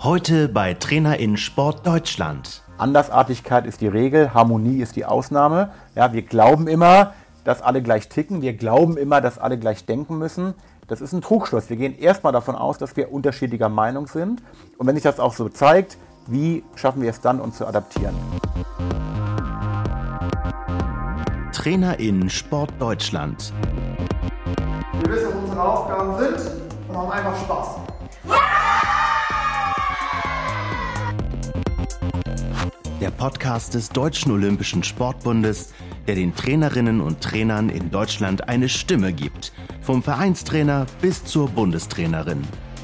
Heute bei Trainer in Sport Deutschland. Andersartigkeit ist die Regel, Harmonie ist die Ausnahme. Ja, wir glauben immer, dass alle gleich ticken. Wir glauben immer, dass alle gleich denken müssen. Das ist ein Trugschluss. Wir gehen erstmal davon aus, dass wir unterschiedlicher Meinung sind. Und wenn sich das auch so zeigt, wie schaffen wir es dann, uns zu adaptieren? Trainer in Sport Deutschland. Wir wissen, was unsere Aufgaben sind und haben einfach Spaß. Der Podcast des Deutschen Olympischen Sportbundes, der den Trainerinnen und Trainern in Deutschland eine Stimme gibt. Vom Vereinstrainer bis zur Bundestrainerin.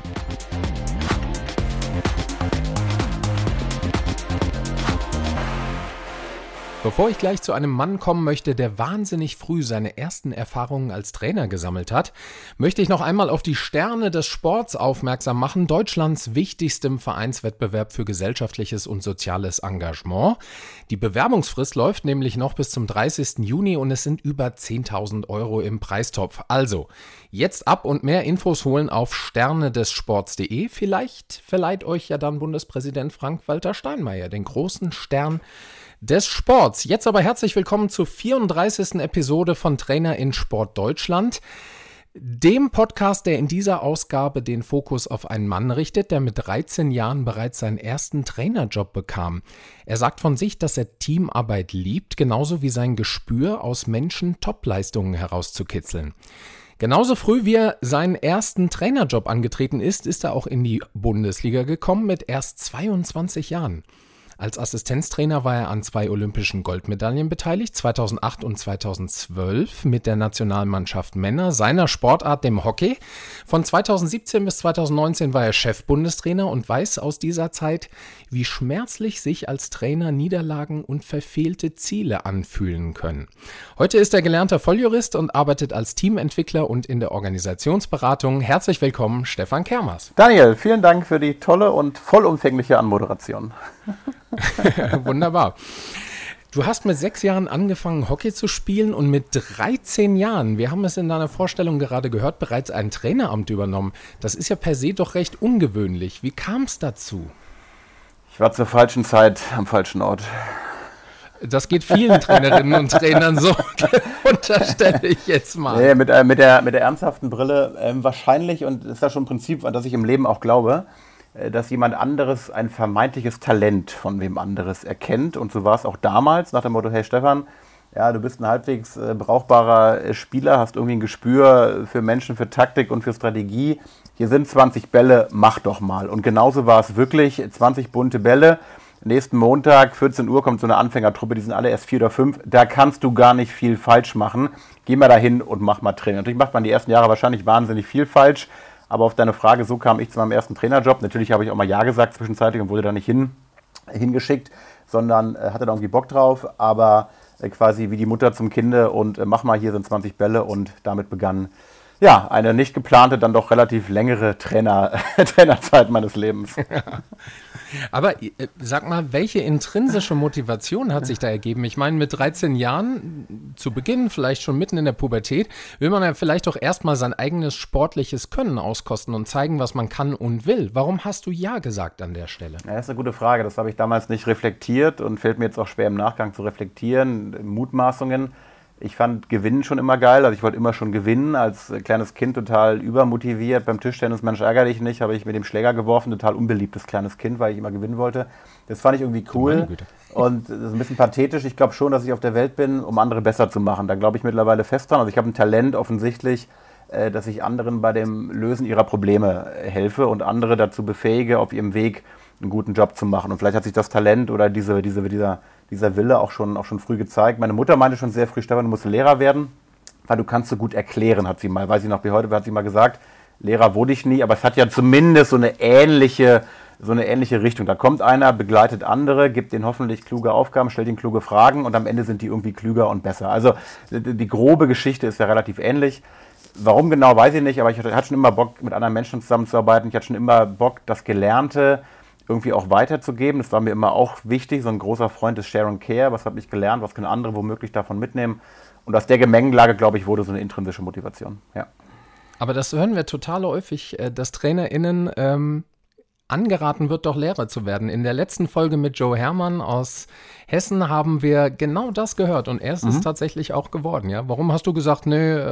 Bevor ich gleich zu einem Mann kommen möchte, der wahnsinnig früh seine ersten Erfahrungen als Trainer gesammelt hat, möchte ich noch einmal auf die Sterne des Sports aufmerksam machen, Deutschlands wichtigstem Vereinswettbewerb für gesellschaftliches und soziales Engagement. Die Bewerbungsfrist läuft nämlich noch bis zum 30. Juni und es sind über 10.000 Euro im Preistopf. Also, jetzt ab und mehr Infos holen auf sternedessports.de. Vielleicht verleiht euch ja dann Bundespräsident Frank-Walter Steinmeier den großen Stern des Sports. Jetzt aber herzlich willkommen zur 34. Episode von Trainer in Sport Deutschland, dem Podcast, der in dieser Ausgabe den Fokus auf einen Mann richtet, der mit 13 Jahren bereits seinen ersten Trainerjob bekam. Er sagt von sich, dass er Teamarbeit liebt, genauso wie sein Gespür, aus Menschen Topleistungen herauszukitzeln. Genauso früh wie er seinen ersten Trainerjob angetreten ist, ist er auch in die Bundesliga gekommen mit erst 22 Jahren. Als Assistenztrainer war er an 2 olympischen Goldmedaillen beteiligt, 2008 und 2012 mit der Nationalmannschaft Männer seiner Sportart, dem Hockey. Von 2017 bis 2019 war er Chefbundestrainer und weiß aus dieser Zeit, wie schmerzlich sich als Trainer Niederlagen und verfehlte Ziele anfühlen können. Heute ist er gelernter Volljurist und arbeitet als Teamentwickler und in der Organisationsberatung. Herzlich willkommen, Stefan Kermers. Daniel, vielen Dank für die tolle und vollumfängliche Anmoderation. Wunderbar. Du hast mit 6 Jahren angefangen, Hockey zu spielen und mit 13 Jahren, wir haben es in deiner Vorstellung gerade gehört, bereits ein Traineramt übernommen. Das ist ja per se doch recht ungewöhnlich. Wie kam es dazu? Ich war zur falschen Zeit am falschen Ort. Das geht vielen Trainerinnen und Trainern so, unterstelle ich jetzt mal. Nee, mit der ernsthaften Brille wahrscheinlich, und das ist ja schon ein Prinzip, an das ich im Leben auch glaube, dass jemand anderes ein vermeintliches Talent von wem anderes erkennt. Und so war es auch damals, nach dem Motto, hey Stefan, ja, du bist ein halbwegs brauchbarer Spieler, hast irgendwie ein Gespür für Menschen, für Taktik und für Strategie. Hier sind 20 Bälle, mach doch mal. Und genauso war es wirklich, 20 bunte Bälle. Nächsten Montag, 14 Uhr, kommt so eine Anfängertruppe, die sind alle erst 4 oder 5. Da kannst du gar nicht viel falsch machen. Geh mal dahin und mach mal Training. Natürlich macht man die ersten Jahre wahrscheinlich wahnsinnig viel falsch. Aber auf deine Frage, so kam ich zu meinem ersten Trainerjob. Natürlich habe ich auch mal Ja gesagt zwischenzeitlich und wurde da nicht hingeschickt, sondern hatte da irgendwie Bock drauf. Aber quasi wie die Mutter zum Kinde und mach mal, hier sind 20 Bälle. Und damit begann ja eine nicht geplante, dann doch relativ längere Trainerzeit meines Lebens. Aber sag mal, welche intrinsische Motivation hat sich da ergeben? Ich meine, mit 13 Jahren, zu Beginn, vielleicht schon mitten in der Pubertät, will man ja vielleicht doch erstmal sein eigenes sportliches Können auskosten und zeigen, was man kann und will. Warum hast du Ja gesagt an der Stelle? Ja, das ist eine gute Frage. Das habe ich damals nicht reflektiert und fällt mir jetzt auch schwer im Nachgang zu reflektieren. Mutmaßungen. Ich fand Gewinnen schon immer geil, also ich wollte immer schon gewinnen, als kleines Kind total übermotiviert. Beim Tischtennis, Mensch, ärgere dich nicht, habe ich mit dem Schläger geworfen, total unbeliebtes kleines Kind, weil ich immer gewinnen wollte. Das fand ich irgendwie cool und das ist ein bisschen pathetisch. Ich glaube schon, dass ich auf der Welt bin, um andere besser zu machen. Da glaube ich mittlerweile fest dran. Also ich habe ein Talent offensichtlich, dass ich anderen bei dem Lösen ihrer Probleme helfe und andere dazu befähige, auf ihrem Weg einen guten Job zu machen. Und vielleicht hat sich das Talent oder dieser Wille auch schon früh gezeigt. Meine Mutter meinte schon sehr früh, Stefan, du musst Lehrer werden, weil du kannst so gut erklären, hat sie mal, weiß ich noch wie heute, hat sie mal gesagt. Lehrer wurde ich nie, aber es hat ja zumindest so eine ähnliche Richtung. Da kommt einer, begleitet andere, gibt denen hoffentlich kluge Aufgaben, stellt ihnen kluge Fragen und am Ende sind die irgendwie klüger und besser. Also die grobe Geschichte ist ja relativ ähnlich. Warum genau, weiß ich nicht, aber ich hatte schon immer Bock, mit anderen Menschen zusammenzuarbeiten. Ich hatte schon immer Bock, das Gelernte irgendwie auch weiterzugeben. Das war mir immer auch wichtig. So ein großer Freund ist Share and Care. Was habe ich gelernt? Was können andere womöglich davon mitnehmen? Und aus der Gemengelage, glaube ich, wurde so eine intrinsische Motivation. Ja. Aber das hören wir total häufig, dass TrainerInnen angeraten wird, doch Lehrer zu werden. In der letzten Folge mit Joe Herrmann aus Hessen haben wir genau das gehört und er ist es tatsächlich auch geworden. Ja? Warum hast du gesagt,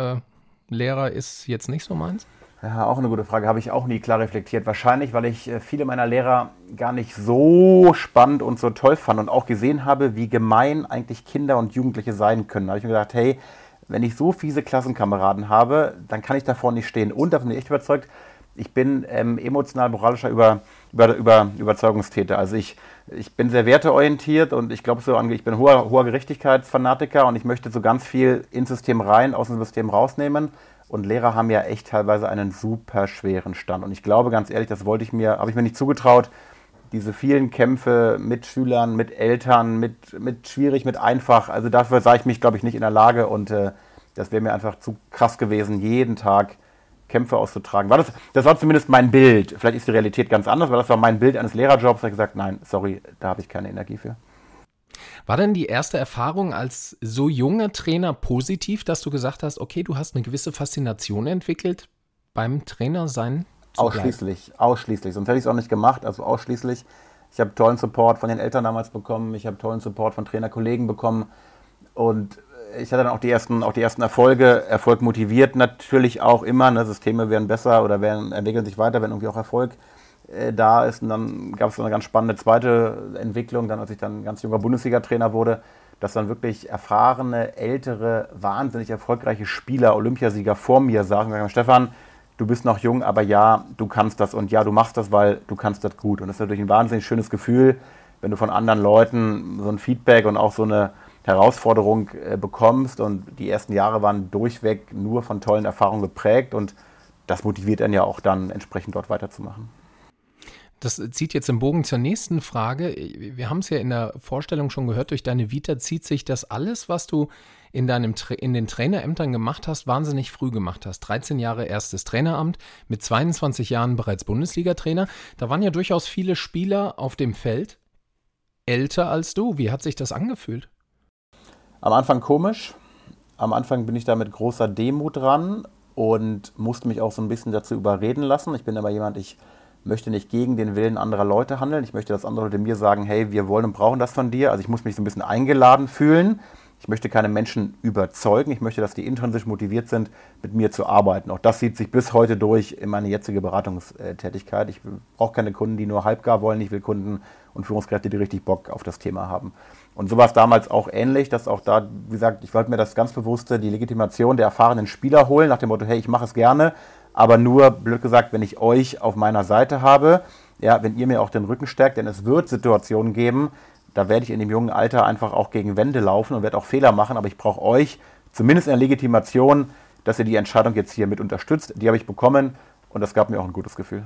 Lehrer ist jetzt nicht so meins? Ja, auch eine gute Frage, habe ich auch nie klar reflektiert. Wahrscheinlich, weil ich viele meiner Lehrer gar nicht so spannend und so toll fand und auch gesehen habe, wie gemein eigentlich Kinder und Jugendliche sein können. Da habe ich mir gedacht, hey, wenn ich so fiese Klassenkameraden habe, dann kann ich davor nicht stehen. Und davon bin ich echt überzeugt, ich bin emotional-moralischer Überzeugungstäter. Also ich bin sehr werteorientiert und ich glaube ich bin hoher Gerechtigkeitsfanatiker und ich möchte so ganz viel ins System rein, aus dem System rausnehmen. Und Lehrer haben ja echt teilweise einen super schweren Stand. Und ich glaube ganz ehrlich, habe ich mir nicht zugetraut, diese vielen Kämpfe mit Schülern, mit Eltern, mit schwierig, mit einfach. Also dafür sah ich mich, glaube ich, nicht in der Lage. Und das wäre mir einfach zu krass gewesen, jeden Tag Kämpfe auszutragen. Das war zumindest mein Bild. Vielleicht ist die Realität ganz anders, aber das war mein Bild eines Lehrerjobs. Da habe ich gesagt, nein, sorry, da habe ich keine Energie für. War denn die erste Erfahrung als so junger Trainer positiv, dass du gesagt hast, okay, du hast eine gewisse Faszination entwickelt beim Trainersein? Ausschließlich. Sonst hätte ich es auch nicht gemacht. Also ausschließlich. Ich habe tollen Support von den Eltern damals bekommen. Ich habe tollen Support von Trainerkollegen bekommen. Und ich hatte dann auch die ersten Erfolge. Erfolg motiviert natürlich auch immer. Ne? Systeme werden besser oder entwickeln sich weiter, wenn irgendwie auch Erfolg da ist. Und dann gab es so eine ganz spannende zweite Entwicklung, dann als ich dann ganz junger Bundesliga-Trainer wurde, dass dann wirklich erfahrene, ältere, wahnsinnig erfolgreiche Spieler, Olympiasieger vor mir saßen und sagten, Stefan, du bist noch jung, aber ja, du kannst das und ja, du machst das, weil du kannst das gut. Und das ist natürlich ein wahnsinnig schönes Gefühl, wenn du von anderen Leuten so ein Feedback und auch so eine Herausforderung bekommst. Und die ersten Jahre waren durchweg nur von tollen Erfahrungen geprägt und das motiviert einen ja auch dann entsprechend dort weiterzumachen. Das zieht jetzt den Bogen zur nächsten Frage. Wir haben es ja in der Vorstellung schon gehört, durch deine Vita zieht sich das alles, was du in den Trainerämtern gemacht hast, wahnsinnig früh gemacht hast. 13 Jahre erstes Traineramt, mit 22 Jahren bereits Bundesliga-Trainer. Da waren ja durchaus viele Spieler auf dem Feld, älter als du. Wie hat sich das angefühlt? Am Anfang komisch. Am Anfang bin ich da mit großer Demut dran und musste mich auch so ein bisschen dazu überreden lassen. Ich bin aber jemand, ich möchte nicht gegen den Willen anderer Leute handeln. Ich möchte, dass andere Leute mir sagen, hey, wir wollen und brauchen das von dir. Also ich muss mich so ein bisschen eingeladen fühlen. Ich möchte keine Menschen überzeugen. Ich möchte, dass die intrinsisch motiviert sind, mit mir zu arbeiten. Auch das zieht sich bis heute durch in meine jetzige Beratungstätigkeit. Ich brauche keine Kunden, die nur halbgar wollen. Ich will Kunden und Führungskräfte, die richtig Bock auf das Thema haben. Und so war es damals auch ähnlich, dass auch da, wie gesagt, ich wollte mir das ganz bewusste, die Legitimation der erfahrenen Spieler holen, nach dem Motto, hey, ich mache es gerne, aber nur, blöd gesagt, wenn ich euch auf meiner Seite habe, ja, wenn ihr mir auch den Rücken stärkt, denn es wird Situationen geben, da werde ich in dem jungen Alter einfach auch gegen Wände laufen und werde auch Fehler machen, aber ich brauche euch zumindest in der Legitimation, dass ihr die Entscheidung jetzt hier mit unterstützt. Die habe ich bekommen und das gab mir auch ein gutes Gefühl.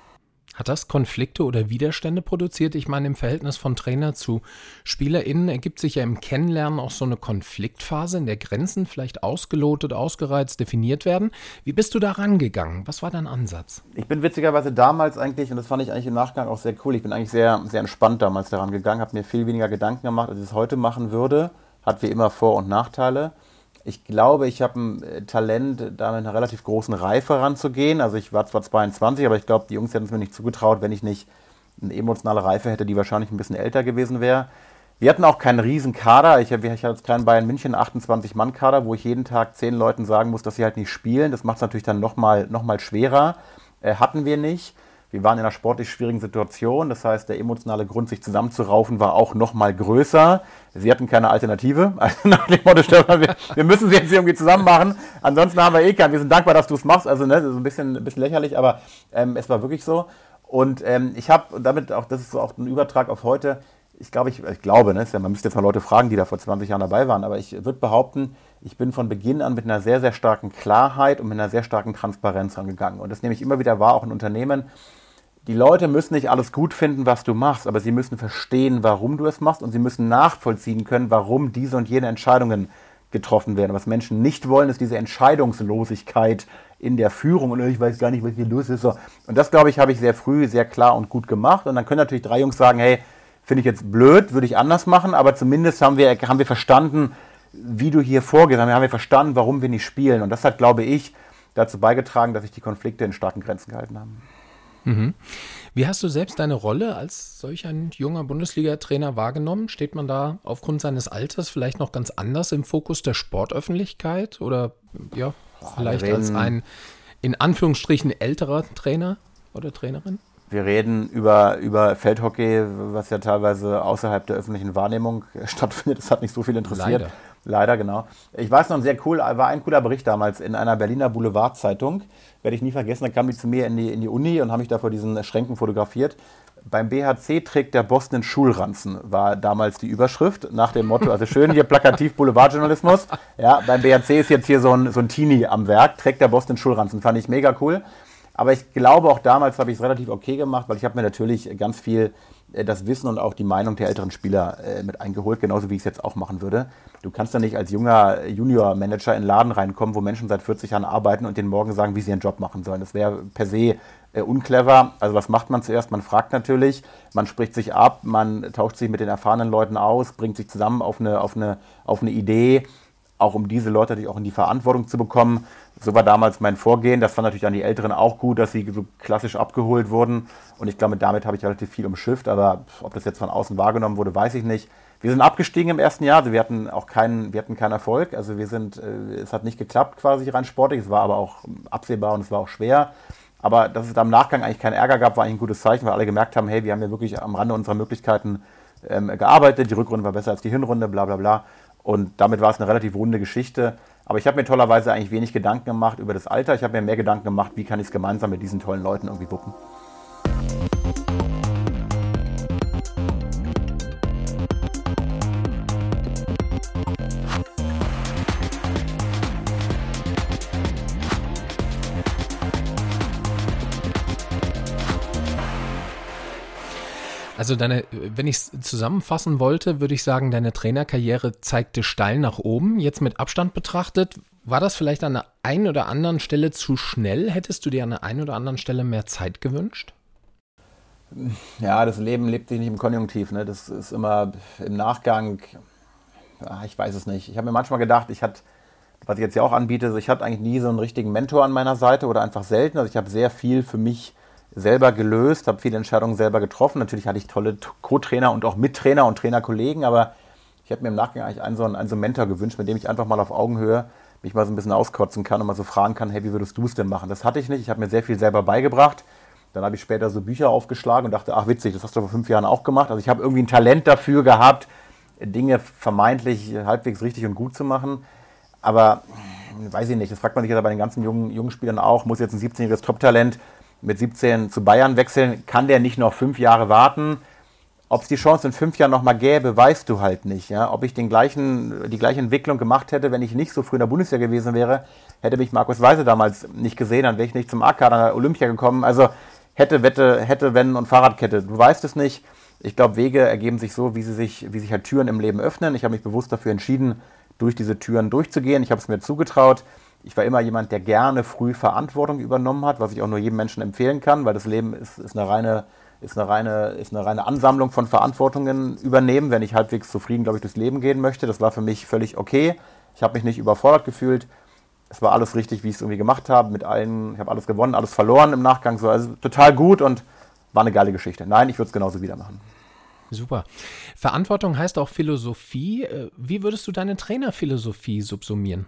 Hat das Konflikte oder Widerstände produziert? Ich meine, im Verhältnis von Trainer zu SpielerInnen ergibt sich ja im Kennenlernen auch so eine Konfliktphase, in der Grenzen vielleicht ausgelotet, ausgereizt, definiert werden. Wie bist du da rangegangen? Was war dein Ansatz? Ich bin witzigerweise damals eigentlich, und das fand ich eigentlich im Nachgang auch sehr cool, ich bin eigentlich sehr, sehr entspannt damals daran gegangen, habe mir viel weniger Gedanken gemacht, als ich es heute machen würde. Hat wie immer Vor- und Nachteile. Ich glaube, ich habe ein Talent, da mit einer relativ großen Reife ranzugehen. Also ich war zwar 22, aber ich glaube, die Jungs hätten es mir nicht zugetraut, wenn ich nicht eine emotionale Reife hätte, die wahrscheinlich ein bisschen älter gewesen wäre. Wir hatten auch keinen riesen Kader. Ich hatte jetzt keinen Bayern München 28-Mann-Kader, wo ich jeden Tag 10 Leuten sagen muss, dass sie halt nicht spielen. Das macht es natürlich dann noch mal schwerer. Hatten wir nicht. Wir waren in einer sportlich schwierigen Situation, das heißt, der emotionale Grund, sich zusammenzuraufen, war auch noch mal größer. Sie hatten keine Alternative, also nach dem Motto, Stefan, wir müssen sie jetzt irgendwie zusammen machen, ansonsten haben wir keinen, wir sind dankbar, dass du es machst, also ne, so ein bisschen lächerlich, aber es war wirklich so. Und ich habe damit auch, das ist so auch ein Übertrag auf heute, ich glaube, ne, man müsste jetzt mal Leute fragen, die da vor 20 Jahren dabei waren, aber ich würde behaupten, ich bin von Beginn an mit einer sehr, sehr starken Klarheit und mit einer sehr starken Transparenz rangegangen. Und das nehme ich immer wieder wahr, auch in Unternehmen. Die Leute müssen nicht alles gut finden, was du machst, aber sie müssen verstehen, warum du es machst und sie müssen nachvollziehen können, warum diese und jene Entscheidungen getroffen werden. Was Menschen nicht wollen, ist diese Entscheidungslosigkeit in der Führung und ich weiß gar nicht, was hier los ist. Und das, glaube ich, habe ich sehr früh, sehr klar und gut gemacht. Und dann können natürlich 3 Jungs sagen, hey, finde ich jetzt blöd, würde ich anders machen, aber zumindest haben wir verstanden, wie du hier vorgehst, haben wir verstanden, warum wir nicht spielen. Und das hat, glaube ich, dazu beigetragen, dass sich die Konflikte in starken Grenzen gehalten haben. Wie hast du selbst deine Rolle als solch ein junger Bundesliga-Trainer wahrgenommen? Steht man da aufgrund seines Alters vielleicht noch ganz anders im Fokus der Sportöffentlichkeit oder ja, vielleicht als ein in Anführungsstrichen älterer Trainer oder Trainerin? Wir reden über Feldhockey, was ja teilweise außerhalb der öffentlichen Wahrnehmung stattfindet. Das hat nicht so viel interessiert. Leider, genau. Ich weiß noch, war ein cooler Bericht damals in einer Berliner Boulevardzeitung. Werde ich nie vergessen, da kamen die zu mir in die Uni und haben mich da vor diesen Schränken fotografiert. Beim BHC trägt der Boss einen Schulranzen, war damals die Überschrift, nach dem Motto, also schön hier plakativ Boulevardjournalismus. Ja, beim BHC ist jetzt hier so ein Teenie am Werk, trägt der Boss einen Schulranzen, fand ich mega cool. Aber ich glaube, auch damals habe ich es relativ okay gemacht, weil ich habe mir natürlich ganz viel das Wissen und auch die Meinung der älteren Spieler mit eingeholt, genauso wie ich es jetzt auch machen würde. Du kannst ja nicht als junger Junior-Manager in einen Laden reinkommen, wo Menschen seit 40 Jahren arbeiten und denen morgen sagen, wie sie ihren Job machen sollen. Das wäre per se unclever. Also was macht man zuerst? Man fragt natürlich, man spricht sich ab, man tauscht sich mit den erfahrenen Leuten aus, bringt sich zusammen auf eine Idee, auch um diese Leute natürlich auch in die Verantwortung zu bekommen. So war damals mein Vorgehen. Das fand natürlich an die Älteren auch gut, dass sie so klassisch abgeholt wurden. Und ich glaube, damit habe ich relativ viel umschifft. Aber ob das jetzt von außen wahrgenommen wurde, weiß ich nicht. Wir sind abgestiegen im ersten Jahr. Also wir hatten keinen Erfolg. Also es hat nicht geklappt quasi rein sportlich. Es war aber auch absehbar und es war auch schwer. Aber dass es da im Nachgang eigentlich keinen Ärger gab, war eigentlich ein gutes Zeichen, weil alle gemerkt haben, hey, wir haben ja wirklich am Rande unserer Möglichkeiten gearbeitet. Die Rückrunde war besser als die Hinrunde, bla bla bla. Und damit war es eine relativ runde Geschichte. Aber ich habe mir tollerweise eigentlich wenig Gedanken gemacht über das Alter. Ich habe mir mehr Gedanken gemacht, wie kann ich es gemeinsam mit diesen tollen Leuten irgendwie wuppen. Also wenn ich es zusammenfassen wollte, würde ich sagen, deine Trainerkarriere zeigte steil nach oben. Jetzt mit Abstand betrachtet, war das vielleicht an der einen oder anderen Stelle zu schnell? Hättest du dir an der einen oder anderen Stelle mehr Zeit gewünscht? Ja, das Leben lebt sich nicht im Konjunktiv. Ne? Das ist immer im Nachgang, ich weiß es nicht. Ich habe mir manchmal gedacht, was ich jetzt ja auch anbiete, ich hatte eigentlich nie so einen richtigen Mentor an meiner Seite oder einfach selten. Also ich habe sehr viel für mich selber gelöst, habe viele Entscheidungen selber getroffen. Natürlich hatte ich tolle Co-Trainer und auch Mittrainer und Trainerkollegen, aber ich habe mir im Nachgang eigentlich einen so einen Mentor gewünscht, mit dem ich einfach mal auf Augenhöhe mich mal so ein bisschen auskotzen kann und mal so fragen kann, hey, wie würdest du es denn machen? Das hatte ich nicht. Ich habe mir sehr viel selber beigebracht. Dann habe ich später so Bücher aufgeschlagen und dachte, ach witzig, das hast du vor 5 Jahren auch gemacht. Also ich habe irgendwie ein Talent dafür gehabt, Dinge vermeintlich halbwegs richtig und gut zu machen. Aber weiß ich nicht, das fragt man sich ja bei den ganzen jungen Spielern auch. Muss jetzt ein 17-jähriges Top-Talent mit 17 zu Bayern wechseln, kann der nicht noch 5 Jahre warten? Ob es die Chance in 5 Jahren nochmal gäbe, weißt du halt nicht. Ja? Ob ich die gleiche Entwicklung gemacht hätte, wenn ich nicht so früh in der Bundesliga gewesen wäre, hätte mich Markus Weise damals nicht gesehen, dann wäre ich nicht zum A-Kader an der Olympia gekommen. Also hätte, wenn und Fahrradkette. Du weißt es nicht. Ich glaube, Wege ergeben sich so, wie sich halt Türen im Leben öffnen. Ich habe mich bewusst dafür entschieden, durch diese Türen durchzugehen. Ich habe es mir zugetraut. Ich war immer jemand, der gerne früh Verantwortung übernommen hat, was ich auch nur jedem Menschen empfehlen kann, weil das Leben ist eine reine Ansammlung von Verantwortungen übernehmen, wenn ich halbwegs zufrieden, glaube ich, durchs Leben gehen möchte. Das war für mich völlig okay. Ich habe mich nicht überfordert gefühlt. Es war alles richtig, wie ich es irgendwie gemacht habe. Ich habe alles gewonnen, alles verloren im Nachgang. So. Also total gut und war eine geile Geschichte. Nein, ich würde es genauso wieder machen. Super. Verantwortung heißt auch Philosophie. Wie würdest du deine Trainerphilosophie subsumieren?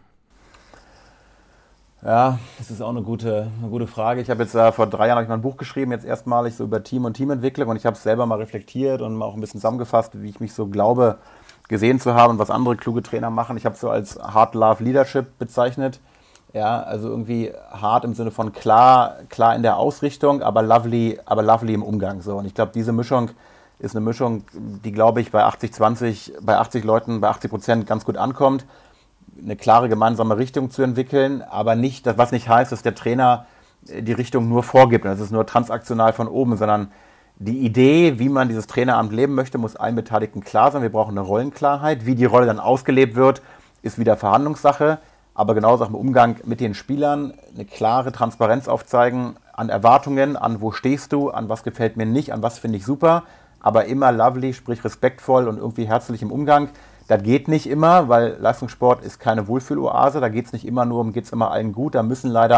Ja, das ist auch eine gute Frage. Ich habe jetzt vor 3 Jahren mal ein Buch geschrieben, jetzt erstmalig so über Team und Teamentwicklung, und ich habe es selber mal reflektiert und auch ein bisschen zusammengefasst, wie ich mich so glaube, gesehen zu haben und was andere kluge Trainer machen. Ich habe es so als Hard Love Leadership bezeichnet. Ja, also irgendwie hart im Sinne von klar in der Ausrichtung, aber lovely im Umgang. So. Und ich glaube, diese Mischung ist eine Mischung, die, glaube ich, bei 80-20, bei 80 Leuten, bei 80% ganz gut ankommt. Eine klare gemeinsame Richtung zu entwickeln, aber nicht, was nicht heißt, dass der Trainer die Richtung nur vorgibt. Das ist nur transaktional von oben, sondern die Idee, wie man dieses Traineramt leben möchte, muss allen Beteiligten klar sein. Wir brauchen eine Rollenklarheit. Wie die Rolle dann ausgelebt wird, ist wieder Verhandlungssache. Aber genauso auch im Umgang mit den Spielern eine klare Transparenz aufzeigen an Erwartungen, an wo stehst du, an was gefällt mir nicht, an was finde ich super. Aber immer lovely, sprich respektvoll und irgendwie herzlich im Umgang. Das geht nicht immer, weil Leistungssport ist keine Wohlfühloase. Da geht es nicht immer nur um, geht es immer allen gut. Da müssen leider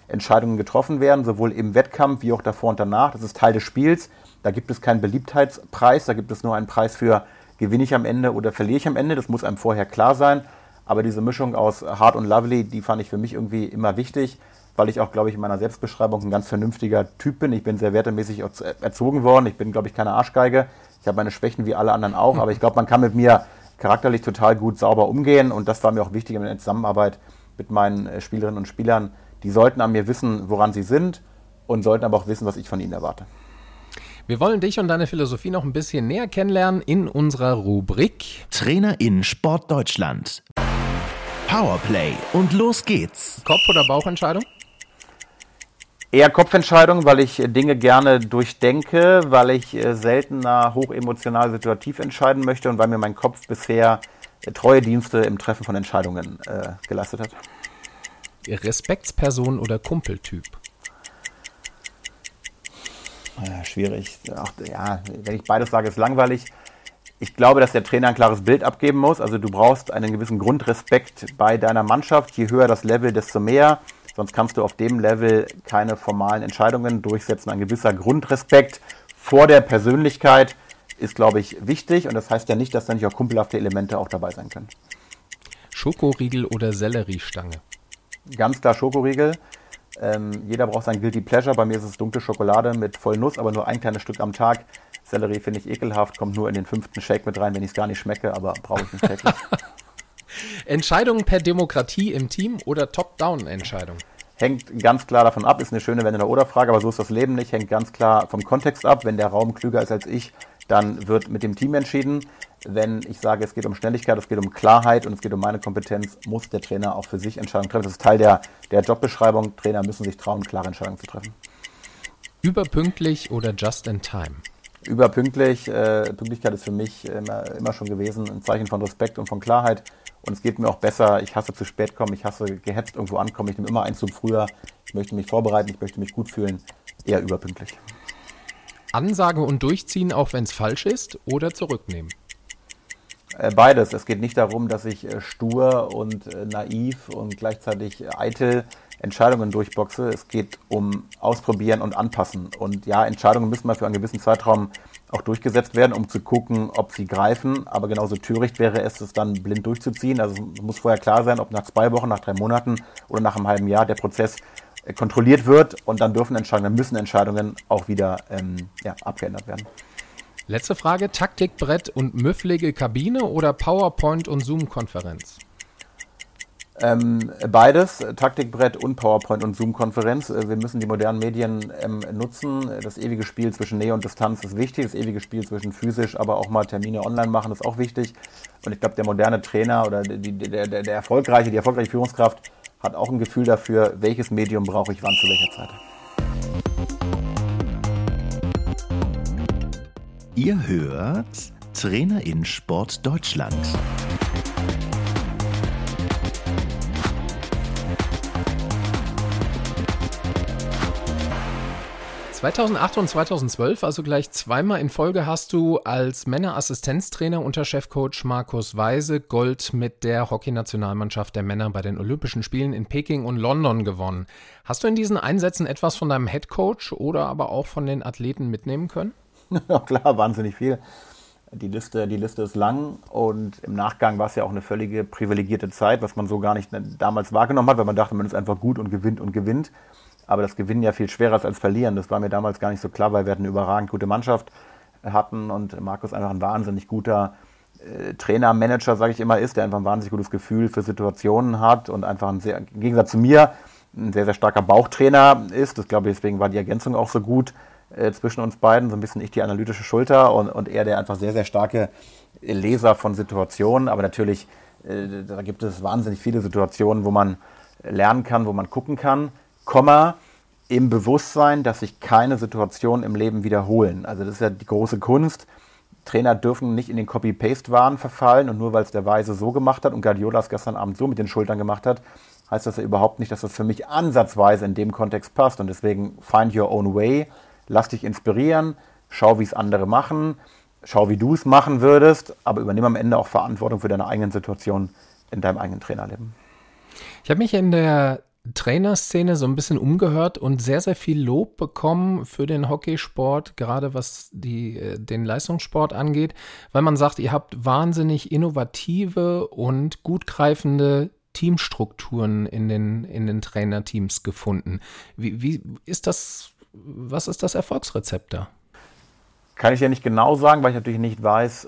Entscheidungen getroffen werden, sowohl im Wettkampf wie auch davor und danach. Das ist Teil des Spiels. Da gibt es keinen Beliebtheitspreis, da gibt es nur einen Preis für gewinne ich am Ende oder verliere ich am Ende. Das muss einem vorher klar sein. Aber diese Mischung aus hard und lovely, die fand ich für mich irgendwie immer wichtig, weil ich auch, glaube ich, in meiner Selbstbeschreibung ein ganz vernünftiger Typ bin. Ich bin sehr wertemäßig erzogen worden. Ich bin, glaube ich, keine Arschgeige. Ich habe meine Schwächen wie alle anderen auch. Aber ich glaube, man kann mit mir charakterlich total gut sauber umgehen. Und das war mir auch wichtig in der Zusammenarbeit mit meinen Spielerinnen und Spielern. Die sollten an mir wissen, woran sie sind und sollten aber auch wissen, was ich von ihnen erwarte. Wir wollen dich und deine Philosophie noch ein bisschen näher kennenlernen in unserer Rubrik Trainer in Sport Deutschland. Powerplay und los geht's. Kopf- oder Bauchentscheidung? Eher Kopfentscheidung, weil ich Dinge gerne durchdenke, weil ich seltener hochemotional situativ entscheiden möchte und weil mir mein Kopf bisher treue Dienste im Treffen von Entscheidungen geleistet hat. Respektsperson oder Kumpeltyp? Ja, schwierig. Ach, ja, wenn ich beides sage, ist langweilig. Ich glaube, dass der Trainer ein klares Bild abgeben muss. Also du brauchst einen gewissen Grundrespekt bei deiner Mannschaft. Je höher das Level, desto mehr. Sonst kannst du auf dem Level keine formalen Entscheidungen durchsetzen. Ein gewisser Grundrespekt vor der Persönlichkeit ist, glaube ich, wichtig. Und das heißt ja nicht, dass da nicht auch kumpelhafte Elemente auch dabei sein können. Schokoriegel oder Selleriestange? Ganz klar Schokoriegel. Jeder braucht sein Guilty Pleasure. Bei mir ist es dunkle Schokolade mit Vollnuss, aber nur ein kleines Stück am Tag. Sellerie finde ich ekelhaft, kommt nur in den 5. Shake mit rein, wenn ich es gar nicht schmecke, aber brauche ich nicht täglich. Entscheidungen per Demokratie im Team oder Top-Down-Entscheidung? Hängt ganz klar davon ab, ist eine schöne Wenn- oder Oder-Frage, aber so ist das Leben nicht. Hängt ganz klar vom Kontext ab. Wenn der Raum klüger ist als ich, dann wird mit dem Team entschieden. Wenn ich sage, es geht um Schnelligkeit, es geht um Klarheit und es geht um meine Kompetenz, muss der Trainer auch für sich Entscheidungen treffen. Das ist Teil der Jobbeschreibung. Trainer müssen sich trauen, klare Entscheidungen zu treffen. Überpünktlich oder just in time? Überpünktlich. Pünktlichkeit ist für mich immer schon gewesen ein Zeichen von Respekt und von Klarheit. Und es geht mir auch besser. Ich hasse zu spät kommen, ich hasse gehetzt irgendwo ankommen. Ich nehme immer einen Zug früher. Ich möchte mich vorbereiten, ich möchte mich gut fühlen. Eher überpünktlich. Ansage und durchziehen, auch wenn es falsch ist, oder zurücknehmen? Beides. Es geht nicht darum, dass ich stur und naiv und gleichzeitig eitel Entscheidungen durchboxe. Es geht um Ausprobieren und Anpassen. Und ja, Entscheidungen müssen mal für einen gewissen Zeitraum auch durchgesetzt werden, um zu gucken, ob sie greifen. Aber genauso töricht wäre es dann blind durchzuziehen. Also es muss vorher klar sein, ob nach 2 Wochen, nach 3 Monaten oder nach einem halben Jahr der Prozess kontrolliert wird. Und dann müssen Entscheidungen auch wieder abgeändert werden. Letzte Frage, Taktikbrett und müfflige Kabine oder PowerPoint und Zoom-Konferenz? Beides, Taktikbrett und PowerPoint und Zoom-Konferenz. Wir müssen die modernen Medien nutzen. Das ewige Spiel zwischen Nähe und Distanz ist wichtig. Das ewige Spiel zwischen physisch, aber auch mal Termine online machen ist auch wichtig. Und ich glaube, der moderne Trainer oder die erfolgreiche Führungskraft hat auch ein Gefühl dafür, welches Medium brauche ich wann zu welcher Zeit. Ihr hört Trainer in Sport Deutschland. (2008) und 2012, also gleich zweimal in Folge, hast du als Männerassistenztrainer unter Chefcoach Markus Weise Gold mit der Hockeynationalmannschaft der Männer bei den Olympischen Spielen in Peking und London gewonnen. Hast du in diesen Einsätzen etwas von deinem Headcoach oder aber auch von den Athleten mitnehmen können? Ja, klar, wahnsinnig viel. Die Liste ist lang und im Nachgang war es ja auch eine völlige privilegierte Zeit, was man so gar nicht damals wahrgenommen hat, weil man dachte, man ist einfach gut und gewinnt. Aber das Gewinnen ja viel schwerer ist als Verlieren. Das war mir damals gar nicht so klar, weil wir eine überragend gute Mannschaft hatten und Markus einfach ein wahnsinnig guter Trainer, Manager, sage ich immer, ist, der einfach ein wahnsinnig gutes Gefühl für Situationen hat und einfach im Gegensatz zu mir ein sehr, sehr starker Bauchtrainer ist. Das glaube ich, deswegen war die Ergänzung auch so gut zwischen uns beiden. So ein bisschen ich die analytische Schulter und er der einfach sehr, sehr starke Leser von Situationen. Aber natürlich, da gibt es wahnsinnig viele Situationen, wo man lernen kann, wo man gucken kann. Im Bewusstsein, dass sich keine Situationen im Leben wiederholen. Also das ist ja die große Kunst. Trainer dürfen nicht in den Copy-Paste-Wahn verfallen und nur weil es der Weise so gemacht hat und Guardiola es gestern Abend so mit den Schultern gemacht hat, heißt das ja überhaupt nicht, dass das für mich ansatzweise in dem Kontext passt. Und deswegen find your own way, lass dich inspirieren, schau, wie es andere machen, schau, wie du es machen würdest, aber übernimm am Ende auch Verantwortung für deine eigenen Situationen in deinem eigenen Trainerleben. Ich habe mich in der Trainerszene so ein bisschen umgehört und sehr, sehr viel Lob bekommen für den Hockeysport, gerade was den Leistungssport angeht, weil man sagt, ihr habt wahnsinnig innovative und gut greifende Teamstrukturen in den Trainerteams gefunden. Wie ist das, was ist das Erfolgsrezept da? Kann ich ja nicht genau sagen, weil ich natürlich nicht weiß,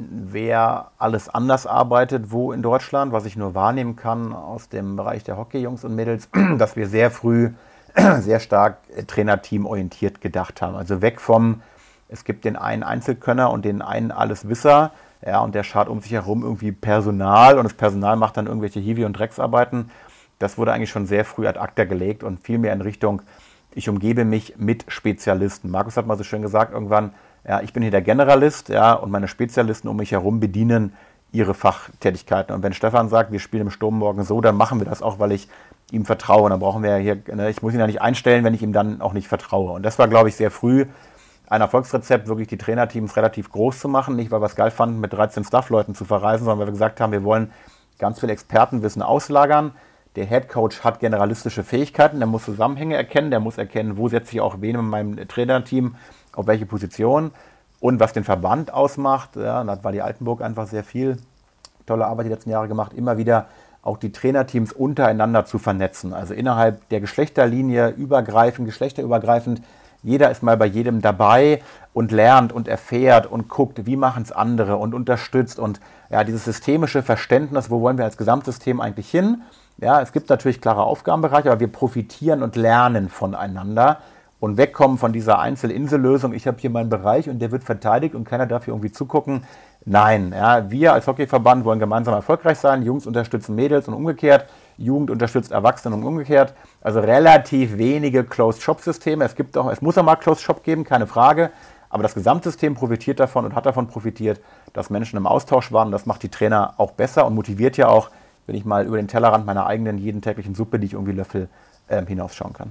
wer alles anders arbeitet, wo in Deutschland. Was ich nur wahrnehmen kann aus dem Bereich der Hockeyjungs und Mädels, dass wir sehr früh sehr stark Trainerteam-orientiert gedacht haben. Also weg vom, es gibt den einen Einzelkönner und den einen Alleswisser, ja, und der schart um sich herum irgendwie Personal und das Personal macht dann irgendwelche Hiwi- und Drecksarbeiten. Das wurde eigentlich schon sehr früh ad acta gelegt und viel mehr in Richtung, ich umgebe mich mit Spezialisten. Markus hat mal so schön gesagt irgendwann, ja, ich bin hier der Generalist, ja, und meine Spezialisten um mich herum bedienen ihre Fachtätigkeiten. Und wenn Stefan sagt, wir spielen im Sturm morgen so, dann machen wir das auch, weil ich ihm vertraue. Und dann brauchen wir hier, ich muss ihn ja nicht einstellen, wenn ich ihm dann auch nicht vertraue. Und das war, glaube ich, sehr früh ein Erfolgsrezept, wirklich die Trainerteams relativ groß zu machen. Nicht, weil wir es geil fanden, mit 13 Staffleuten zu verreisen, sondern weil wir gesagt haben, wir wollen ganz viel Expertenwissen auslagern. Der Headcoach hat generalistische Fähigkeiten, der muss Zusammenhänge erkennen, der muss erkennen, wo setze ich auch wen in meinem Trainerteam, auf welche Position und was den Verband ausmacht. Ja, da hat Wally Altenburg einfach sehr viel tolle Arbeit die letzten Jahre gemacht, immer wieder auch die Trainerteams untereinander zu vernetzen. Also innerhalb der Geschlechterlinie geschlechterübergreifend. Jeder ist mal bei jedem dabei und lernt und erfährt und guckt, wie machen es andere und unterstützt. Und ja, dieses systemische Verständnis, wo wollen wir als Gesamtsystem eigentlich hin? Ja, es gibt natürlich klare Aufgabenbereiche, aber wir profitieren und lernen voneinander. Und wegkommen von dieser Einzel-Insel-Lösung, ich habe hier meinen Bereich und der wird verteidigt und keiner darf hier irgendwie zugucken. Nein, ja, wir als Hockeyverband wollen gemeinsam erfolgreich sein. Jungs unterstützen Mädels und umgekehrt. Jugend unterstützt Erwachsene und umgekehrt. Also relativ wenige Closed-Shop-Systeme. Es muss auch mal Closed-Shop geben, keine Frage. Aber das Gesamtsystem profitiert davon und hat davon profitiert, dass Menschen im Austausch waren. Und das macht die Trainer auch besser und motiviert ja auch, wenn ich mal über den Tellerrand meiner eigenen jeden täglichen Suppe, die ich irgendwie löffel, hinausschauen kann.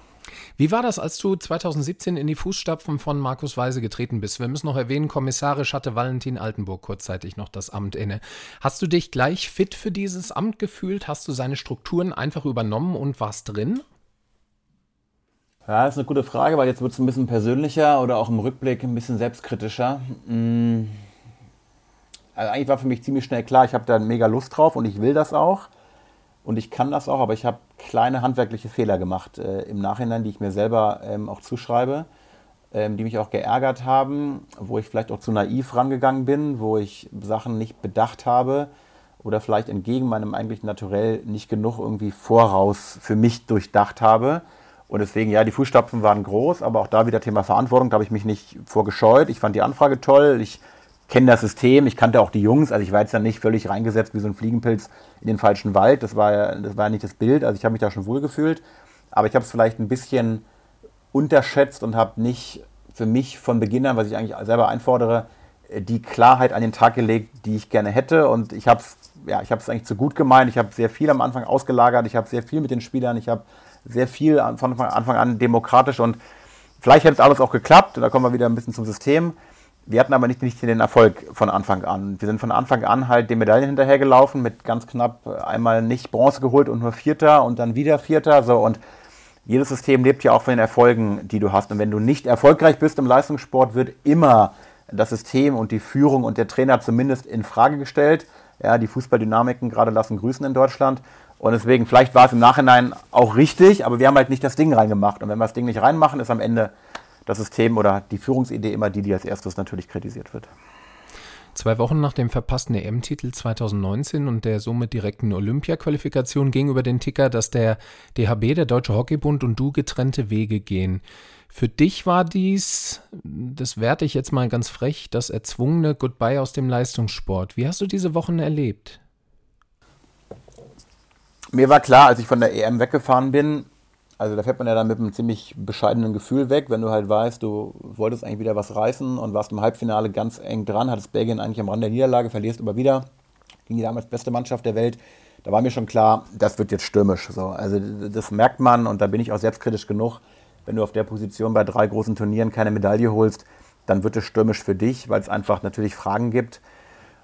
Wie war das, als du 2017 in die Fußstapfen von Markus Weise getreten bist? Wir müssen noch erwähnen, kommissarisch hatte Valentin Altenburg kurzzeitig noch das Amt inne. Hast du dich gleich fit für dieses Amt gefühlt? Hast du seine Strukturen einfach übernommen und warst drin? Ja, das ist eine gute Frage, weil jetzt wird es ein bisschen persönlicher oder auch im Rückblick ein bisschen selbstkritischer. Also eigentlich war für mich ziemlich schnell klar, ich habe da mega Lust drauf und ich will das auch. Und ich kann das auch, aber ich habe kleine handwerkliche Fehler gemacht im Nachhinein, die ich mir selber auch zuschreibe, die mich auch geärgert haben, wo ich vielleicht auch zu naiv rangegangen bin, wo ich Sachen nicht bedacht habe oder vielleicht entgegen meinem eigentlichen Naturell nicht genug irgendwie voraus für mich durchdacht habe. Und deswegen, ja, die Fußstapfen waren groß, aber auch da wieder Thema Verantwortung, da habe ich mich nicht vorgescheut. Ich fand die Anfrage toll, ich kenne das System, ich kannte auch die Jungs, also ich war jetzt ja nicht völlig reingesetzt wie so ein Fliegenpilz in den falschen Wald, das war ja nicht das Bild, also ich habe mich da schon wohl gefühlt, aber ich habe es vielleicht ein bisschen unterschätzt und habe nicht für mich von Beginn an, was ich eigentlich selber einfordere, die Klarheit an den Tag gelegt, die ich gerne hätte und ich habe es eigentlich zu gut gemeint, ich habe sehr viel am Anfang ausgelagert, ich habe sehr viel mit den Spielern, ich habe sehr viel von Anfang an demokratisch und vielleicht hätte es alles auch geklappt, und da kommen wir wieder ein bisschen zum System. Wir hatten aber nicht den Erfolg von Anfang an. Wir sind von Anfang an halt den Medaillen hinterhergelaufen, mit ganz knapp einmal nicht Bronze geholt und nur Vierter und dann wieder Vierter. So. Und jedes System lebt ja auch von den Erfolgen, die du hast. Und wenn du nicht erfolgreich bist im Leistungssport, wird immer das System und die Führung und der Trainer zumindest in Frage gestellt. Ja, die Fußballdynamiken gerade lassen grüßen in Deutschland. Und deswegen, vielleicht war es im Nachhinein auch richtig, aber wir haben halt nicht das Ding reingemacht. Und wenn wir das Ding nicht reinmachen, ist am Ende das System oder die Führungsidee immer die als erstes natürlich kritisiert wird. 2 Wochen nach dem verpassten EM-Titel 2019 und der somit direkten Olympia-Qualifikation ging über den Ticker, dass der DHB, der Deutsche Hockeybund und du getrennte Wege gehen. Für dich war dies, das werte ich jetzt mal ganz frech, das erzwungene Goodbye aus dem Leistungssport. Wie hast du diese Wochen erlebt? Mir war klar, als ich von der EM weggefahren bin, also da fährt man ja dann mit einem ziemlich bescheidenen Gefühl weg, wenn du halt weißt, du wolltest eigentlich wieder was reißen und warst im Halbfinale ganz eng dran, hattest Belgien eigentlich am Rand der Niederlage, verlierst aber wieder gegen die damals beste Mannschaft der Welt. Da war mir schon klar, das wird jetzt stürmisch. So. Also das merkt man und da bin ich auch selbstkritisch genug. Wenn du auf der Position bei 3 großen Turnieren keine Medaille holst, dann wird es stürmisch für dich, weil es einfach natürlich Fragen gibt.